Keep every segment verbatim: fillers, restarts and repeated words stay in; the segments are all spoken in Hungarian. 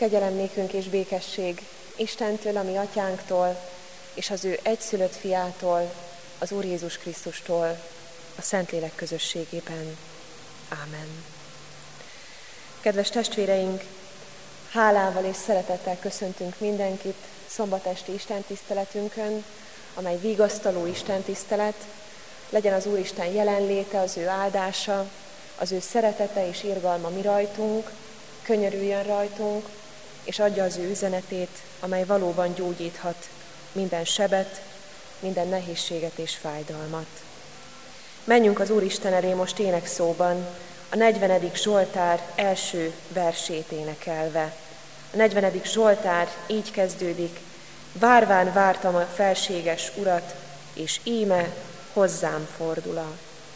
Kegyelem nékünk és békesség Istentől, a mi atyánktól, és az ő egyszülött fiától, az Úr Jézus Krisztustól, a Szentlélek közösségében. Ámen. Kedves testvéreink, hálával és szeretettel köszöntünk mindenkit szombatesti istentiszteletünkön, amely vigasztaló istentisztelet. Legyen az Úristen jelenléte, az ő áldása, az ő szeretete és irgalma mi rajtunk, könyörüljön rajtunk, és adja az ő üzenetét, amely valóban gyógyíthat minden sebet, minden nehézséget és fájdalmat. Menjünk az Úristen elé most énekszóban, a negyvenedik Zsoltár első versét énekelve. A negyvenedik Zsoltár így kezdődik: várván vártam a felséges Urat, és íme hozzám fordul.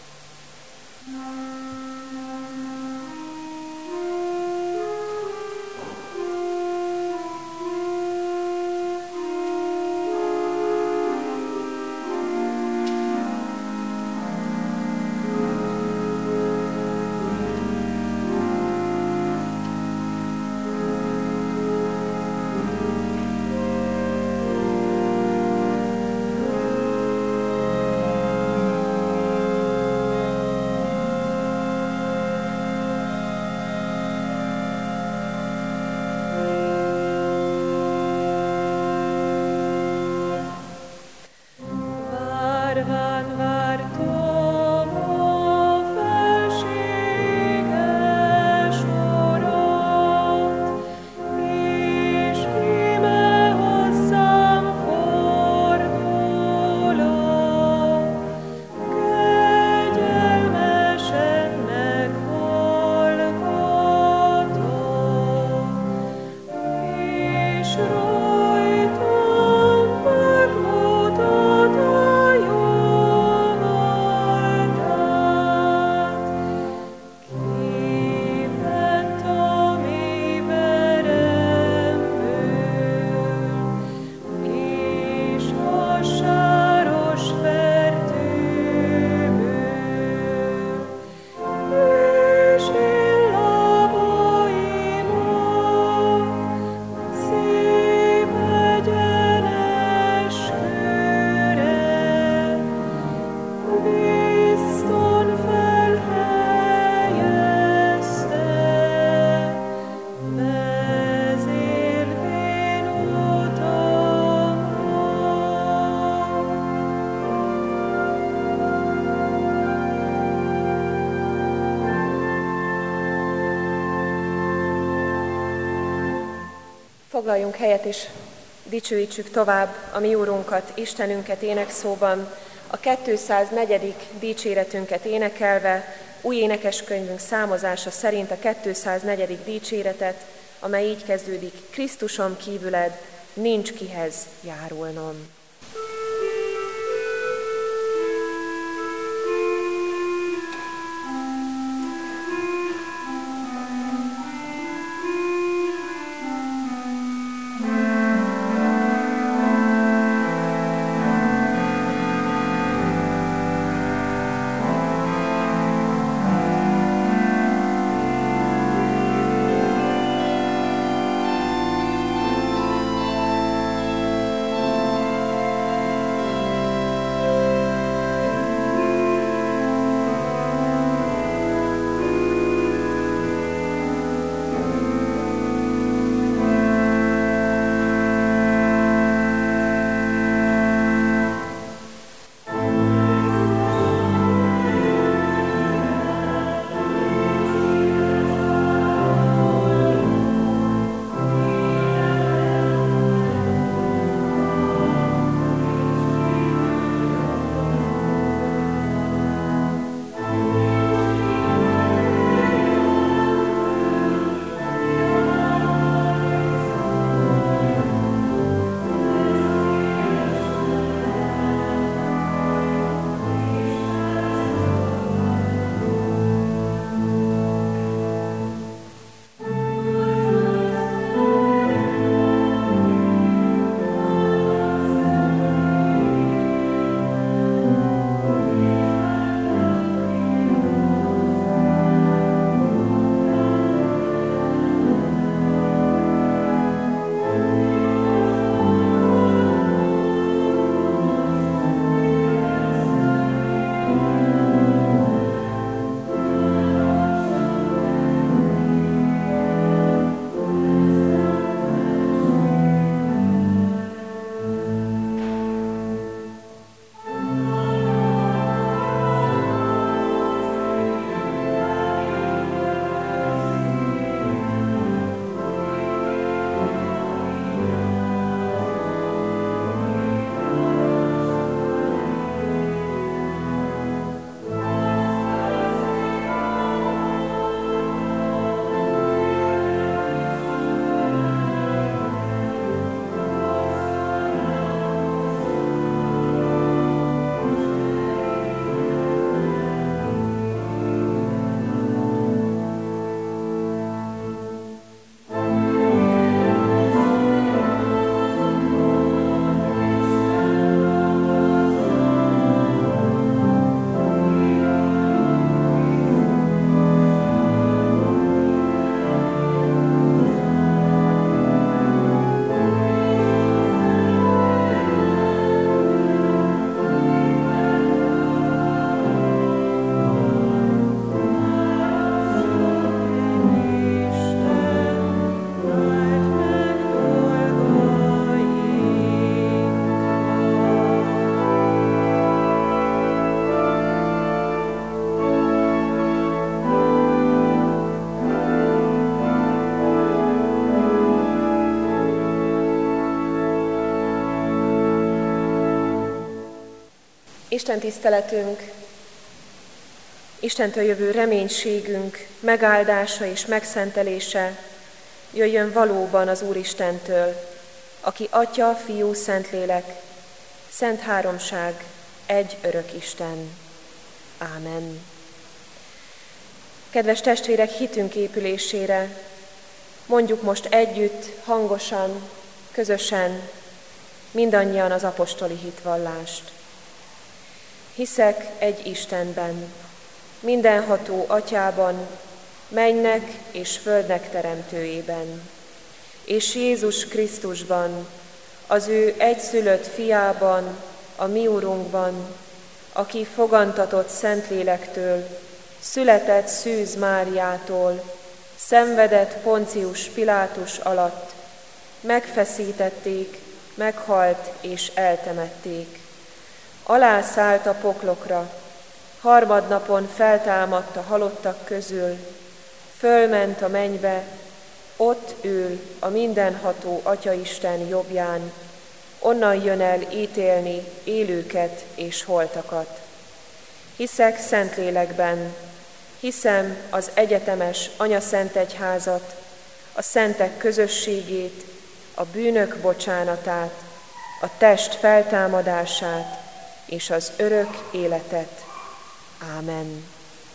Foglaljunk helyet és dicsőítsük tovább a mi Úrunkat, Istenünket énekszóban, a kétszáznegyedik dicséretünket énekelve, új énekeskönyvünk számozása szerint a kétszáznegyedik dicséretet, amely így kezdődik: Krisztusom kívüled nincs kihez járulnom. Thank you. Isten tiszteletünk, Istentől jövő reménységünk megáldása és megszentelése jöjjön valóban az Úristentől, aki Atya, Fiú, Szentlélek, Szent Háromság, egy örök Isten. Ámen. Kedves testvérek, hitünk épülésére mondjuk most együtt, hangosan, közösen, mindannyian az apostoli hitvallást. Hiszek egy Istenben, mindenható Atyában, mennynek és földnek teremtőjében, és Jézus Krisztusban, az ő egyszülött fiában, a mi Urunkban, aki fogantatott Szentlélektől, született Szűz Máriától, szenvedett Poncius Pilátus alatt, megfeszítették, meghalt és eltemették. Alászállt a poklokra, harmadnapon feltámadt a halottak közül, fölment a mennybe, ott ül a mindenható Atyaisten jobbján, onnan jön el ítélni élőket és holtakat. Hiszek Szentlélekben, hiszem az egyetemes Anyaszentegyházat, a szentek közösségét, a bűnök bocsánatát, a test feltámadását és az örök életet. Ámen.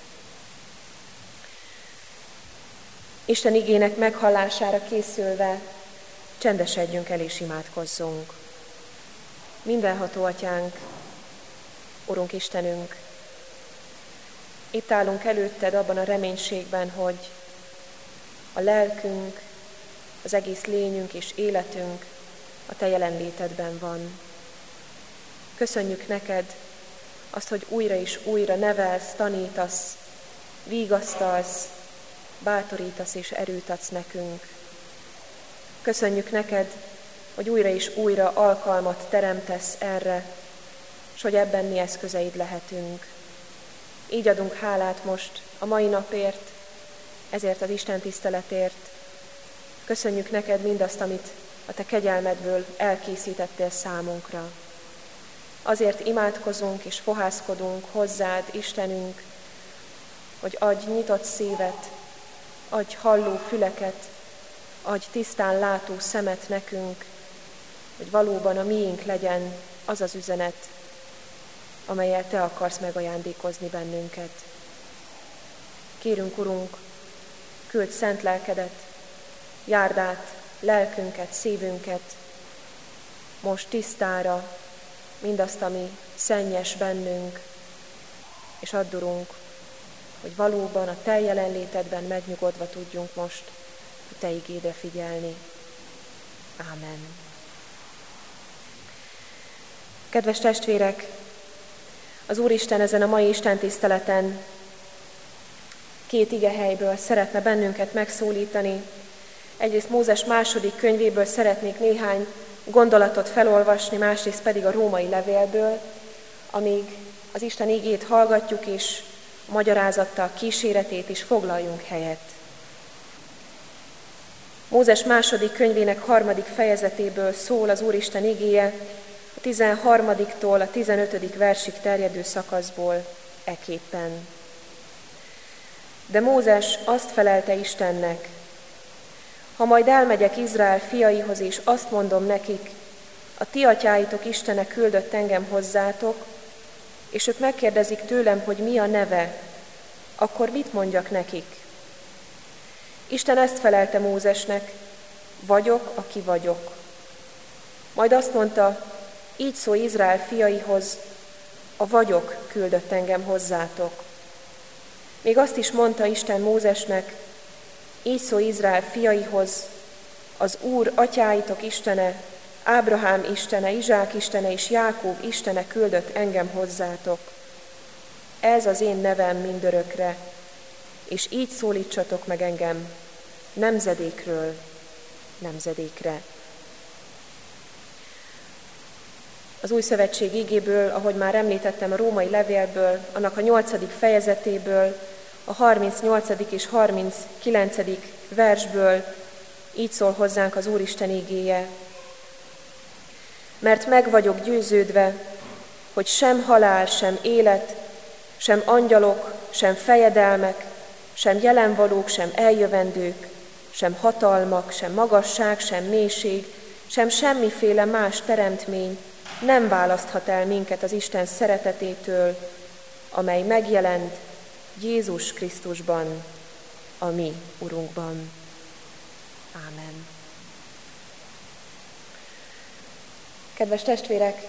Isten igének meghallására készülve csendesedjünk el és imádkozzunk. Mindenható Atyánk, Urunk Istenünk, itt állunk előtted abban a reménységben, hogy a lelkünk, az egész lényünk és életünk a Te jelenlétedben van. Köszönjük neked azt, hogy újra és újra nevelsz, tanítasz, vigasztalsz, bátorítasz és erőt adsz nekünk. Köszönjük neked, hogy újra és újra alkalmat teremtesz erre, s hogy ebben mi eszközeid lehetünk. Így adunk hálát most a mai napért, ezért az Isten tiszteletért. Köszönjük neked mindazt, amit a te kegyelmedből elkészítettél számunkra. Azért imádkozunk és fohászkodunk hozzád, Istenünk, hogy adj nyitott szívet, adj halló füleket, adj tisztán látó szemet nekünk, hogy valóban a miénk legyen az az üzenet, amellyel te akarsz megajándékozni bennünket. Kérünk, Urunk, küldj szent lelkedet, járd át lelkünket, szívünket, most tisztára mindazt, ami szennyes bennünk, és add, Urunk, hogy valóban a te jelenlétedben megnyugodva tudjunk most a te igédre figyelni. Ámen. Kedves testvérek, az Úristen ezen a mai istentiszteleten két igehelyből szeretne bennünket megszólítani. Egyrészt Mózes második könyvéből szeretnék néhány gondolatot felolvasni, másrészt pedig a római levélből, amíg az Isten igét hallgatjuk, és a magyarázattal kíséretét is foglaljunk helyet. Mózes második könyvének harmadik fejezetéből szól az Úristen igéje, a tizenharmadiktól a tizenötödik versig terjedő szakaszból eképpen. De Mózes azt felelte Istennek: ha majd elmegyek Izrael fiaihoz, és azt mondom nekik, a ti atyáitok Istene küldött engem hozzátok, és ők megkérdezik tőlem, hogy mi a neve, akkor mit mondjak nekik? Isten ezt felelte Mózesnek: vagyok, aki vagyok. Majd azt mondta: így szólj Izrael fiaihoz, a vagyok küldött engem hozzátok. Még azt is mondta Isten Mózesnek: így szólj Izrael fiaihoz, az Úr atyáitok Istene, Ábrahám Istene, Izsák Istene és Jákób Istene küldött engem hozzátok. Ez az én nevem mindörökre, és így szólítsatok meg engem nemzedékről nemzedékre. Az Új Szövetség igéből, ahogy már említettem, a római levélből, annak a nyolcadik fejezetéből, a harmincnyolcadik és harminckilencedik versből így szól hozzánk az Úristen igéje. Mert meg vagyok győződve, hogy sem halál, sem élet, sem angyalok, sem fejedelmek, sem jelenvalók, sem eljövendők, sem hatalmak, sem magasság, sem mélység, sem semmiféle más teremtmény nem választhat el minket az Isten szeretetétől, amely megjelent Jézus Krisztusban, a mi Urunkban. Ámen. Kedves testvérek,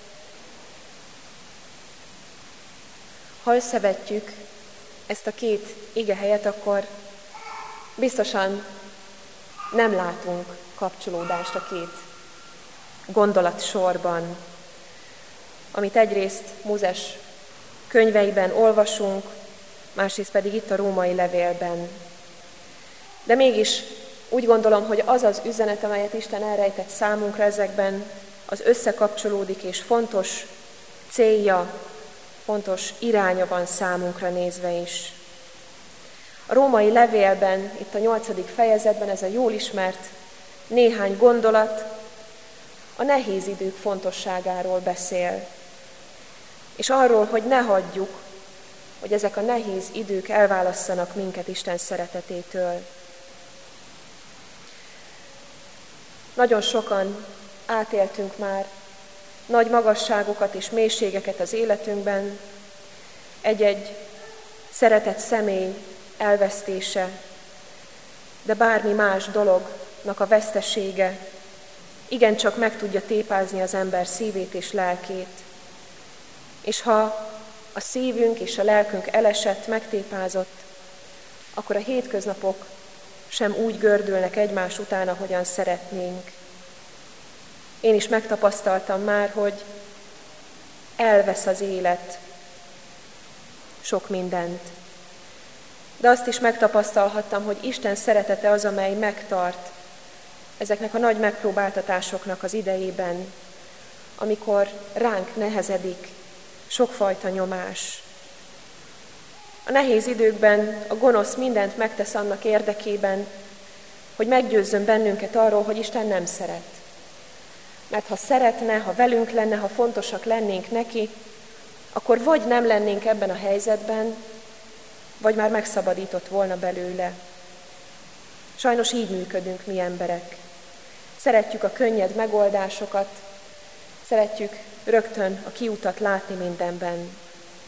ha összevetjük ezt a két igehelyet, akkor biztosan nem látunk kapcsolódást a két gondolatsorban, amit egyrészt Mózes könyveiben olvasunk, másrészt pedig itt a római levélben. De mégis úgy gondolom, hogy az az üzenet, amelyet Isten elrejtett számunkra ezekben, az összekapcsolódik, és fontos célja, fontos iránya van számunkra nézve is. A római levélben, itt a nyolcadik fejezetben ez a jól ismert néhány gondolat a nehéz idők fontosságáról beszél, és arról, hogy ne hagyjuk, hogy ezek a nehéz idők elválasszanak minket Isten szeretetétől. Nagyon sokan átéltünk már nagy magasságokat és mélységeket az életünkben, egy-egy szeretett személy elvesztése, de bármi más dolognak a vesztesége igencsak meg tudja tépázni az ember szívét és lelkét. És ha a szívünk és a lelkünk elesett, megtépázott, akkor a hétköznapok sem úgy gördülnek egymás után, ahogyan szeretnénk. Én is megtapasztaltam már, hogy elvesz az élet sok mindent. De azt is megtapasztalhattam, hogy Isten szeretete az, amely megtart ezeknek a nagy megpróbáltatásoknak az idejében, amikor ránk nehezedik sokfajta nyomás. A nehéz időkben a gonosz mindent megtesz annak érdekében, hogy meggyőzzön bennünket arról, hogy Isten nem szeret. Mert ha szeretne, ha velünk lenne, ha fontosak lennénk neki, akkor vagy nem lennénk ebben a helyzetben, vagy már megszabadított volna belőle. Sajnos így működünk mi emberek. Szeretjük a könnyed megoldásokat, szeretjük rögtön a kiutat látni mindenben.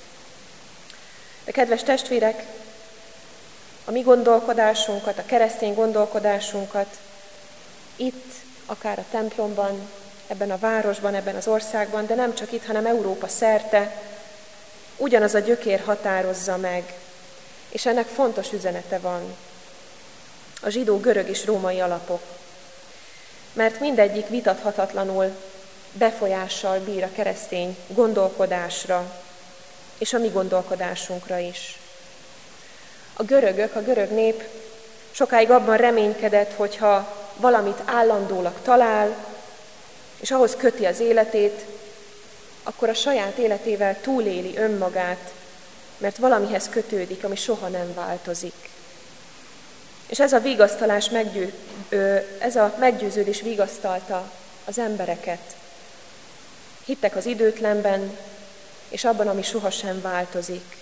De kedves testvérek, a mi gondolkodásunkat, a keresztény gondolkodásunkat itt, akár a templomban, ebben a városban, ebben az országban, de nem csak itt, hanem Európa szerte, ugyanaz a gyökér határozza meg, és ennek fontos üzenete van. A zsidó, görög és római alapok. Mert mindegyik vitathatatlanul befolyással bír a keresztény gondolkodásra, és a mi gondolkodásunkra is. A görögök, a görög nép sokáig abban reménykedett, hogyha valamit állandólag talál, és ahhoz köti az életét, akkor a saját életével túléli önmagát, mert valamihez kötődik, ami soha nem változik. És ez a vigasztalás, meggyő, ez a meggyőződés vigasztalta az embereket. Hittek az időtlenben, és abban, ami sohasem változik.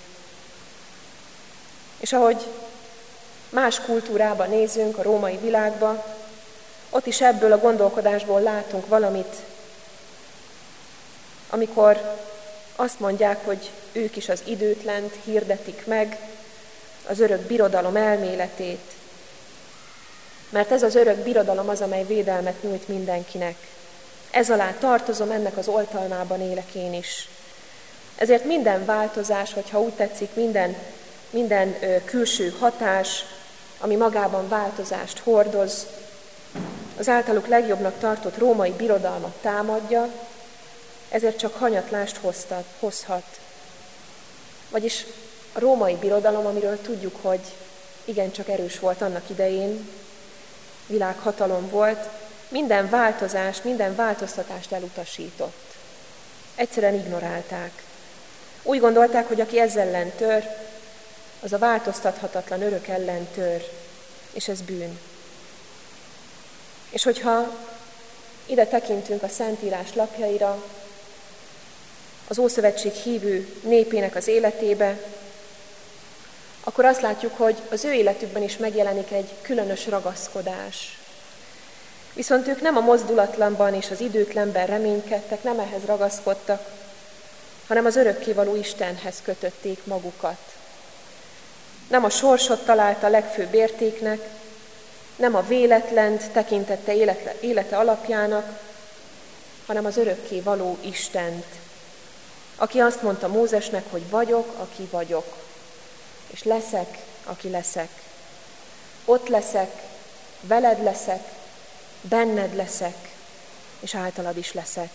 És ahogy más kultúrába nézünk, a római világba, ott is ebből a gondolkodásból látunk valamit, amikor azt mondják, hogy ők is az időtlent hirdetik meg, az örök birodalom elméletét, mert ez az örök birodalom az, amely védelmet nyújt mindenkinek. Ez alá tartozom, ennek az oltalmában élek én is. Ezért minden változás, hogyha úgy tetszik, minden, minden ö, külső hatás, ami magában változást hordoz, az általuk legjobbnak tartott római birodalmat támadja, ezért csak hanyatlást hoztat, hozhat. Vagyis a római birodalom, amiről tudjuk, hogy igencsak erős volt annak idején, világhatalom volt, minden változást, minden változtatást elutasított. Egyszerűen ignorálták. Úgy gondolták, hogy aki ezzel ellen tör, az a változtathatatlan örök ellen tör, és ez bűn. És hogyha ide tekintünk a Szentírás lapjaira, az Ószövetség hívő népének az életébe, akkor azt látjuk, hogy az ő életükben is megjelenik egy különös ragaszkodás. Viszont ők nem a mozdulatlanban és az időtlenben reménykedtek, nem ehhez ragaszkodtak, hanem az örökkévaló Istenhez kötötték magukat. Nem a sorsot találta a legfőbb értéknek, nem a véletlent tekintette élete, élete alapjának, hanem az örökkévaló Istent, aki azt mondta Mózesnek, hogy vagyok, aki vagyok, és leszek, aki leszek. Ott leszek, veled leszek, benned leszek, és általad is leszek.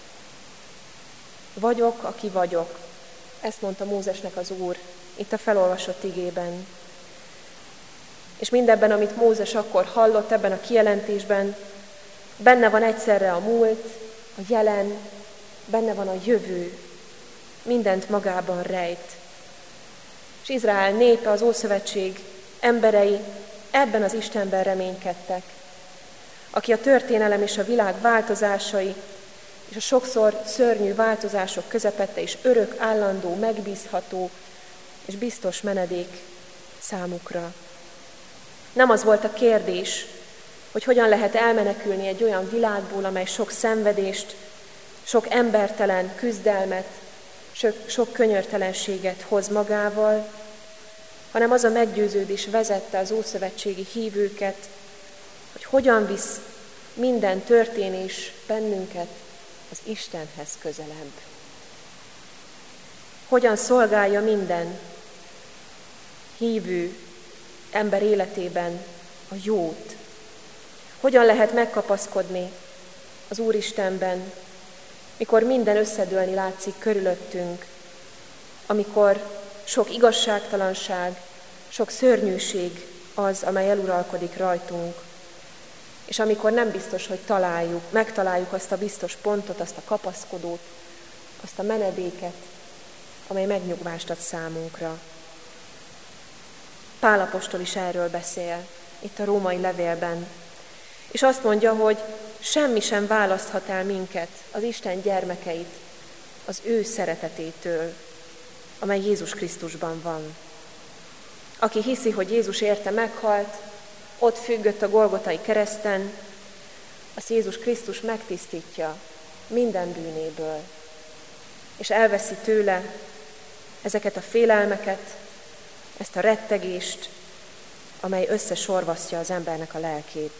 Vagyok, aki vagyok. Ezt mondta Mózesnek az Úr, itt a felolvasott igében. És mindebben, amit Mózes akkor hallott, ebben a kijelentésben, benne van egyszerre a múlt, a jelen, benne van a jövő, mindent magában rejt. És Izrael népe, az Ószövetség emberei ebben az Istenben reménykedtek, aki a történelem és a világ változásai és a sokszor szörnyű változások közepette is örök, állandó, megbízható és biztos menedék számukra. Nem az volt a kérdés, hogy hogyan lehet elmenekülni egy olyan világból, amely sok szenvedést, sok embertelen küzdelmet, sok, sok könyörtelenséget hoz magával, hanem az a meggyőződés vezette az ószövetségi hívőket, hogy hogyan visz minden történés bennünket az Istenhez közelebb. Hogyan szolgálja minden hívő ember életében a jót. Hogyan lehet megkapaszkodni az Úristenben, mikor minden összedőlni látszik körülöttünk, amikor sok igazságtalanság, sok szörnyűség az, amely eluralkodik rajtunk, és amikor nem biztos, hogy találjuk, megtaláljuk azt a biztos pontot, azt a kapaszkodót, azt a menedéket, amely megnyugvást ad számunkra. Pál apostol is erről beszél, itt a római levélben, és azt mondja, hogy semmi sem választhat el minket, az Isten gyermekeit, az ő szeretetétől, amely Jézus Krisztusban van. Aki hiszi, hogy Jézus érte meghalt, ott függött a Golgotai kereszten, azt Jézus Krisztus megtisztítja minden bűnéből, és elveszi tőle ezeket a félelmeket, ezt a rettegést, amely összesorvasztja az embernek a lelkét.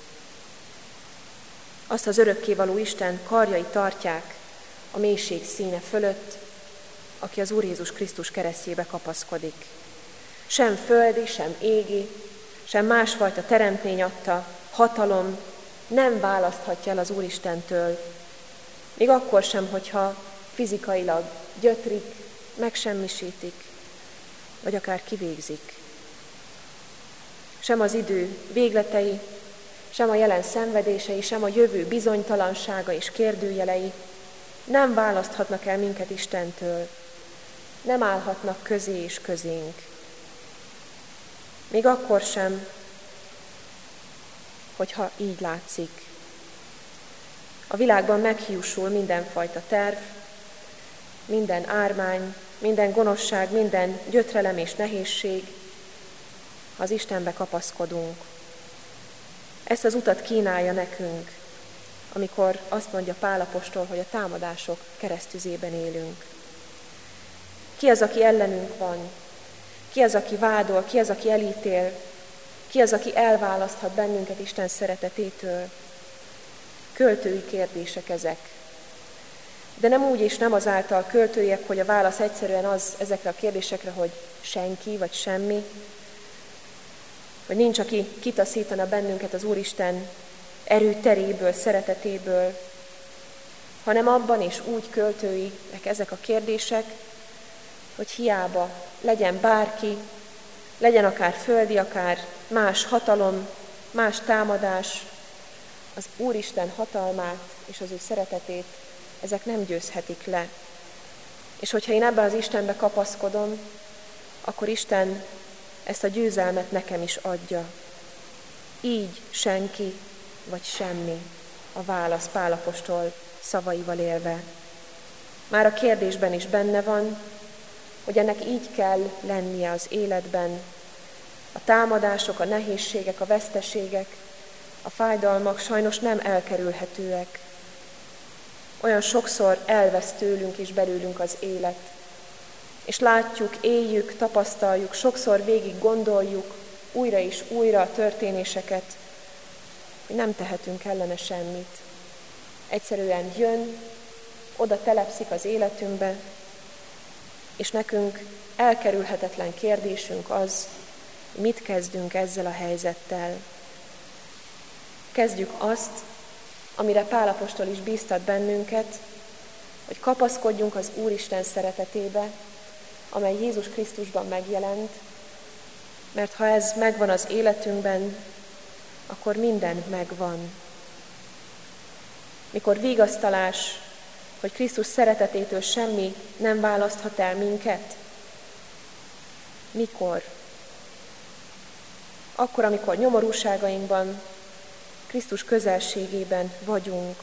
Azt az örökkévaló Isten karjai tartják a mélység színe fölött, aki az Úr Jézus Krisztus keresztjébe kapaszkodik. Sem földi, sem égi, sem másfajta teremtmény adta hatalom nem választhatja el az Úristentől, még akkor sem, hogyha fizikailag gyötrik, megsemmisítik, vagy akár kivégzik. Sem az idő végletei, sem a jelen szenvedései, sem a jövő bizonytalansága és kérdőjelei nem választhatnak el minket Istentől, nem állhatnak közé és közénk. Még akkor sem, hogyha így látszik. A világban meghiúsul mindenfajta terv, minden ármány, minden gonoszság, minden gyötrelem és nehézség, ha az Istenbe kapaszkodunk. Ezt az utat kínálja nekünk, amikor azt mondja Pál apostol, hogy a támadások keresztüzében élünk. Ki az, aki ellenünk van? Ki az, aki vádol? Ki az, aki elítél? Ki az, aki elválaszthat bennünket Isten szeretetétől? Költői kérdések ezek. De nem úgy és nem azáltal költőiek, hogy a válasz egyszerűen az ezekre a kérdésekre, hogy senki vagy semmi, hogy nincs, aki kitaszítana bennünket az Úristen erőteréből, szeretetéből, hanem abban is úgy költőiek ezek a kérdések, hogy hiába legyen bárki, legyen akár földi, akár más hatalom, más támadás, az Úristen hatalmát és az ő szeretetét, ezek nem győzhetik le. És hogyha én ebben az Istenbe kapaszkodom, akkor Isten ezt a győzelmet nekem is adja. Így senki vagy semmi a válasz Pál apostol szavaival élve. Már a kérdésben is benne van, hogy ennek így kell lennie az életben. A támadások, a nehézségek, a veszteségek, a fájdalmak sajnos nem elkerülhetőek. Olyan sokszor elvesz tőlünk és belőlünk az élet. És látjuk, éljük, tapasztaljuk, sokszor végig gondoljuk újra és újra a történéseket, hogy nem tehetünk ellene semmit. Egyszerűen jön, oda telepszik az életünkbe, és nekünk elkerülhetetlen kérdésünk az, mit kezdünk ezzel a helyzettel. Kezdjük azt, amire Pál apostol is bíztat bennünket, hogy kapaszkodjunk az Úristen szeretetébe, amely Jézus Krisztusban megjelent, mert ha ez megvan az életünkben, akkor minden megvan. Mikor vigasztalás, hogy Krisztus szeretetétől semmi nem választhat el minket? Mikor? Akkor, amikor nyomorúságainkban, Krisztus közelségében vagyunk.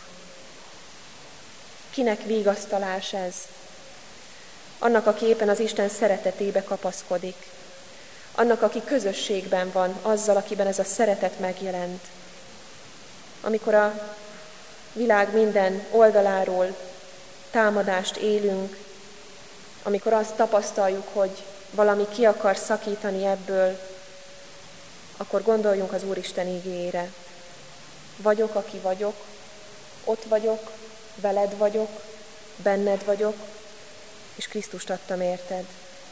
Kinek vigasztalás ez? Annak, aki éppen az Isten szeretetébe kapaszkodik. Annak, aki közösségben van azzal, akiben ez a szeretet megjelent. Amikor a világ minden oldaláról támadást élünk, amikor azt tapasztaljuk, hogy valami ki akar szakítani ebből, akkor gondoljunk az Úristen igéjére. Vagyok, aki vagyok, ott vagyok, veled vagyok, benned vagyok, és Krisztust adtam érted.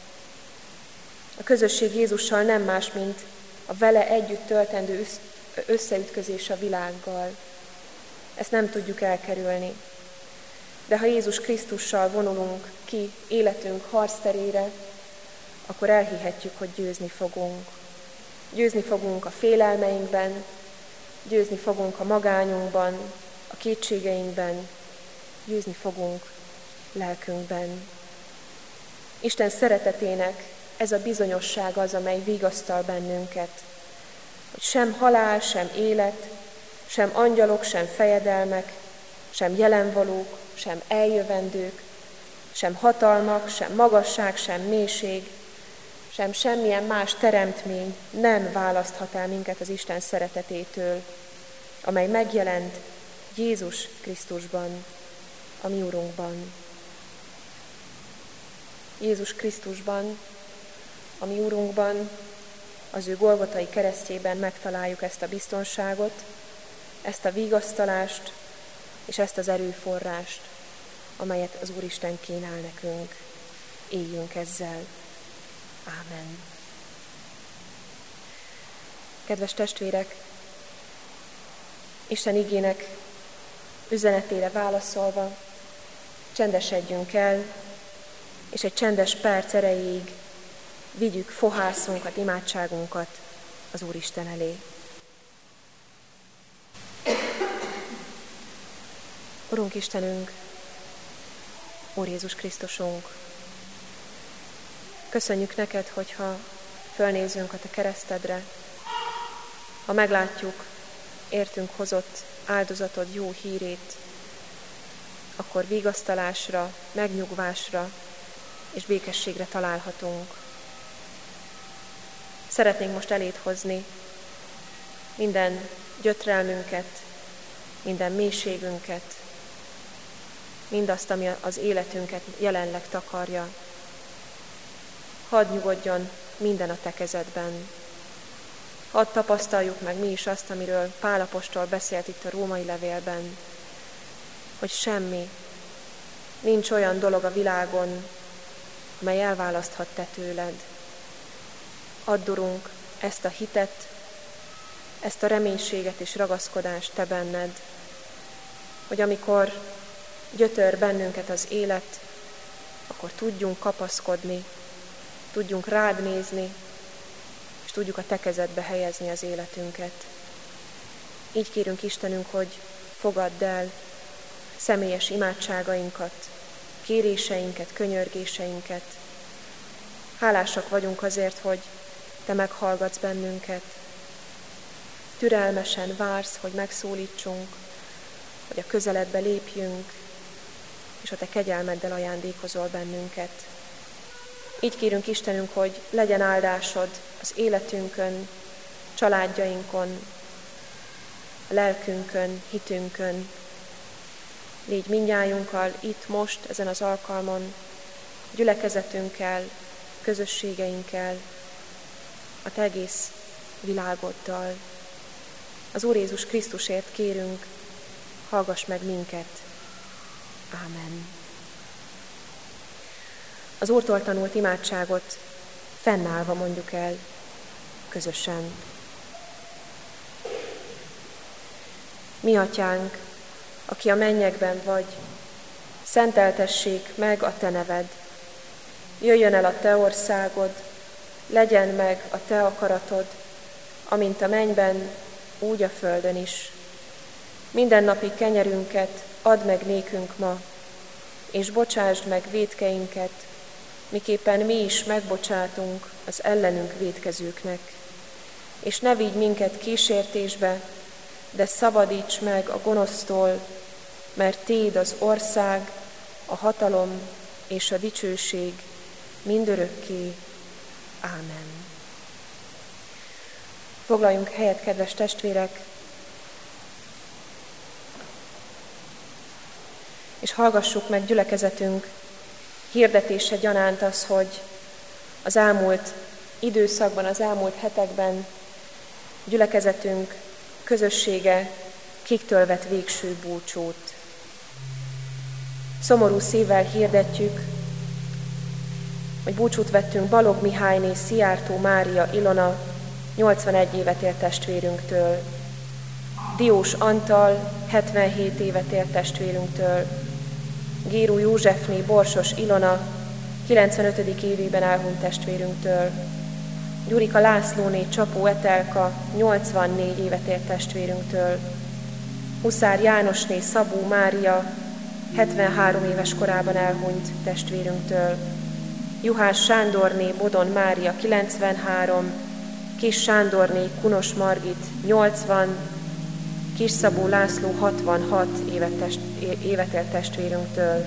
A közösség Jézussal nem más, mint a vele együtt töltendő összeütközés a világgal. Ezt nem tudjuk elkerülni. De ha Jézus Krisztussal vonulunk ki életünk harcterére, akkor elhihetjük, hogy győzni fogunk. Győzni fogunk a félelmeinkben, győzni fogunk a magányunkban, a kétségeinkben, győzni fogunk lelkünkben. Isten szeretetének ez a bizonyosság az, amely vigasztal bennünket, hogy sem halál, sem élet, sem angyalok, sem fejedelmek, sem jelenvalók, sem eljövendők, sem hatalmak, sem magasság, sem mélység, sem semmilyen más teremtmény nem választhat el minket az Isten szeretetétől, amely megjelent Jézus Krisztusban, a mi Urunkban. Jézus Krisztusban, a mi Urunkban, az ő golgotai keresztjében megtaláljuk ezt a biztonságot, ezt a vigasztalást és ezt az erőforrást, amelyet az Úristen kínál nekünk. Éljünk ezzel. Ámen. Kedves testvérek, Isten igének üzenetére válaszolva csendesedjünk el, és egy csendes perc erejéig vigyük fohászunkat, imádságunkat az Úristen elé. Urunk Istenünk, Úr Jézus Krisztusunk, köszönjük neked, hogyha fölnézünk a te keresztedre, ha meglátjuk értünk hozott áldozatod jó hírét, akkor vigasztalásra, megnyugvásra és békességre találhatunk. Szeretnénk most eléd hozni minden gyötrelmünket, minden mélységünket, mindazt, ami az életünket jelenleg takarja. Hadd nyugodjon minden a te kezedben. Hadd tapasztaljuk meg mi is azt, amiről Pál apostol beszélt itt a római levélben, hogy semmi, nincs olyan dolog a világon, amely elválaszthat te tőled. Add, Urunk, ezt a hitet, ezt a reménységet és ragaszkodást te benned, hogy amikor gyötör bennünket az élet, akkor tudjunk kapaszkodni, tudjunk rád nézni, és tudjuk a te kezedbe helyezni az életünket. Így kérünk Istenünk, hogy fogadd el személyes imádságainkat, kéréseinket, könyörgéseinket. Hálásak vagyunk azért, hogy te meghallgatsz bennünket. Türelmesen vársz, hogy megszólítsunk, hogy a közeledbe lépjünk, és a te kegyelmeddel ajándékozol bennünket. Így kérünk Istenünk, hogy legyen áldásod az életünkön, családjainkon, a lelkünkön, hitünkön. Légy mindnyájunkkal itt most, ezen az alkalmon, gyülekezetünkkel, közösségeinkkel, a te egész világoddal. Az Úr Jézus Krisztusért kérünk, hallgass meg minket. Ámen. Az Úrtól tanult imádságot fennállva mondjuk el közösen. Mi atyánk, aki a mennyekben vagy, szenteltessék meg a te neved. Jöjjön el a te országod, legyen meg a te akaratod, amint a mennyben, úgy a földön is. Mindennapi kenyerünket add meg nékünk ma, és bocsásd meg vétkeinket, miképpen mi is megbocsátunk az ellenünk vétkezőknek. És ne vigy minket kísértésbe, de szabadíts meg a gonosztól, mert téd az ország, a hatalom és a dicsőség mindörökké. Ámen. Foglaljunk helyet, kedves testvérek, és hallgassuk meg gyülekezetünk hirdetése gyanánt az, hogy az elmúlt időszakban, az elmúlt hetekben gyülekezetünk közössége kiktől vett végső búcsút. Szomorú szívvel hirdetjük, hogy búcsút vettünk Balog Mihályné Szijjártó Mária Ilona nyolcvanegy évet élt testvérünktől, Diós Antal hetvenhét évet élt testvérünktől, Gérú Józsefné Borsos Ilona kilencvenötödik évében elhunyt testvérünktől, Gyurika Lászlóné Csapó Etelka nyolcvannégy évet élt testvérünktől, Huszár Jánosné Szabó Mária hetvenhárom éves korában elhunyt testvérünktől, Juhász Sándorné Bodon Mária kilencvenhárom, Kis Sándorné Kunos Margit nyolcvan, Kis Szabó László hatvanhat évet, test, évet élt testvérünktől.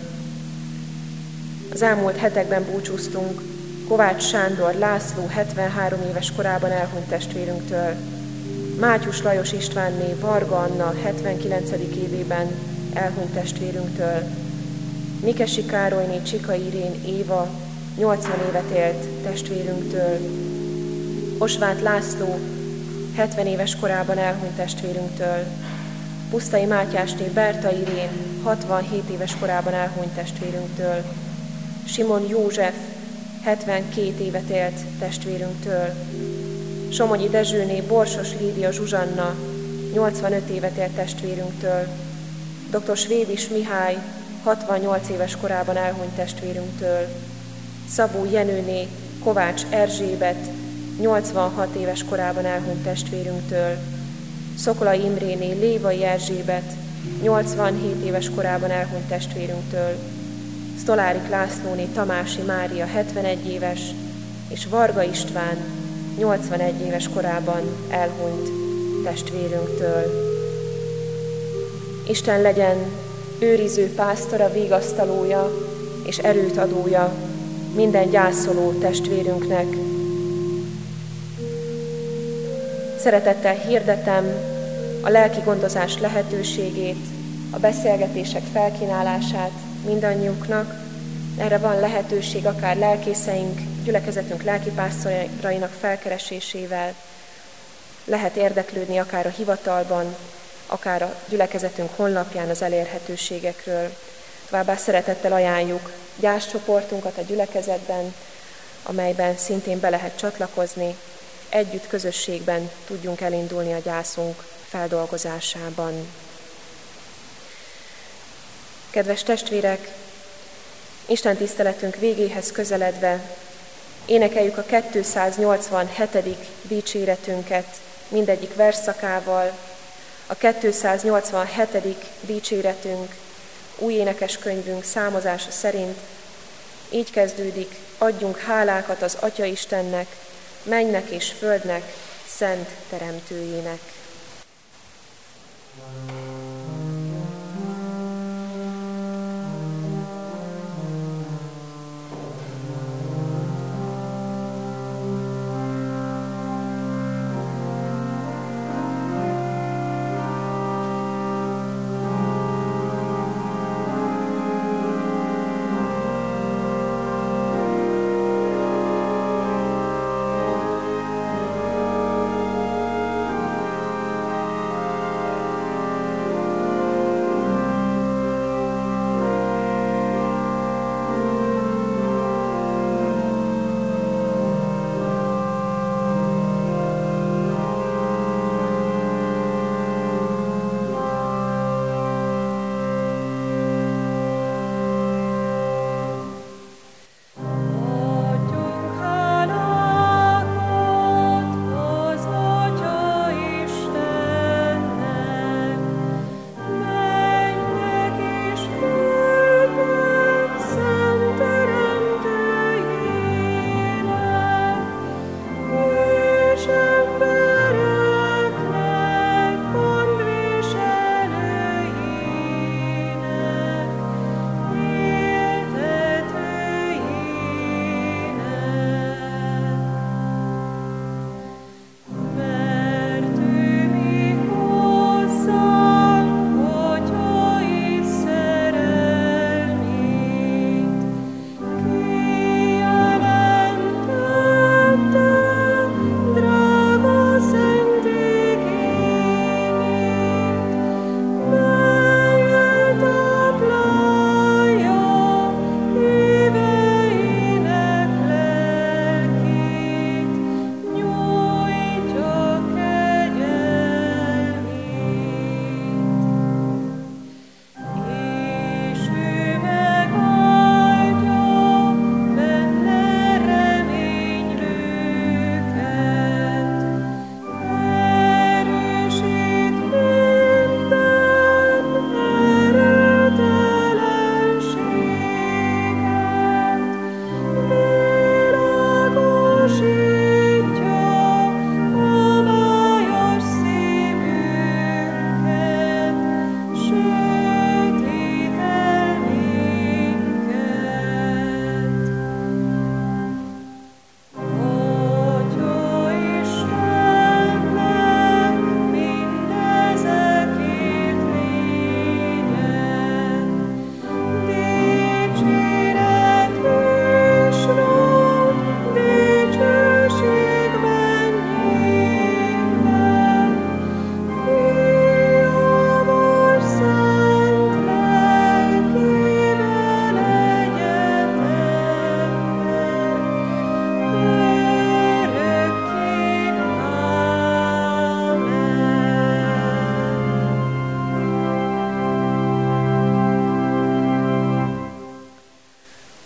Az elmúlt hetekben búcsúztunk Kovács Sándor László hetvenhárom éves korában elhunyt testvérünktől, Mátyus Lajos Istvánné Varga Anna hetvenkilencedik évében elhunyt testvérünktől, Mikesi Károlyné Csika Irén Éva nyolcvan évet élt testvérünktől, Osváth László hetven éves korában elhunyt testvérünktől, Pusztai Mátyásné Berta Irén hatvanhét éves korában elhunyt testvérünktől, Simon József hetvenkét évet élt testvérünktől, Somogyi Dezsőné Borsos Lídia Zsuzsanna nyolcvanöt évet élt testvérünktől, dr. Svédis Mihály hatvannyolc éves korában elhunyt testvérünktől, Szabó Jenőné Kovács Erzsébet nyolcvanhat éves korában elhunyt testvérünktől, Szokolai Imréné Lévai Erzsébet nyolcvanhét éves korában elhunyt testvérünktől, Sztolárik Lászlóné Tamási Mária hetvenegy éves, és Varga István nyolcvanegy éves korában elhunyt testvérünktől. Isten legyen őriző pásztora, vigasztalója és erőt adója minden gyászoló testvérünknek. Szeretettel hirdetem a lelki gondozás lehetőségét, a beszélgetések felkínálását mindannyiuknak. Erre van lehetőség akár lelkészeink, gyülekezetünk lelkipásztorainak felkeresésével. Lehet érdeklődni akár a hivatalban, akár a gyülekezetünk honlapján az elérhetőségekről. Továbbá szeretettel ajánljuk gyászcsoportunkat a gyülekezetben, amelyben szintén be lehet csatlakozni, együtt közösségben tudjunk elindulni a gyászunk feldolgozásában. Kedves testvérek, Isten tiszteletünk végéhez közeledve énekeljük a kétszáznyolcvanhetedik dicséretünket mindegyik versszakával. A kétszáznyolcvanhetedik dicséretünk új énekeskönyvünk számozása szerint így kezdődik: adjunk hálákat az Atya Istennek, mennynek és földnek, szent teremtőjének.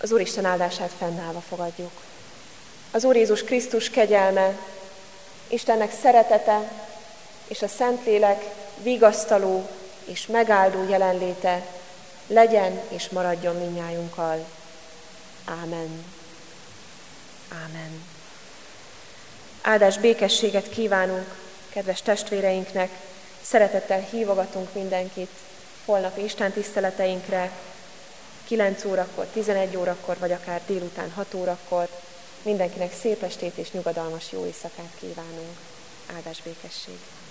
Az Úristen áldását fennállva fogadjuk. Az Úr Jézus Krisztus kegyelme, Istennek szeretete és a Szentlélek vigasztaló és megáldó jelenléte legyen és maradjon mindnyájunkkal. Ámen. Ámen. Áldás, békességet kívánunk kedves testvéreinknek, szeretettel hívogatunk mindenkit holnapi istentiszteleteinkre, kilenc órakor, tizenegy órakor, vagy akár délután hat órakor. Mindenkinek szép estét és nyugodalmas jó éjszakát kívánunk. Áldás, békesség!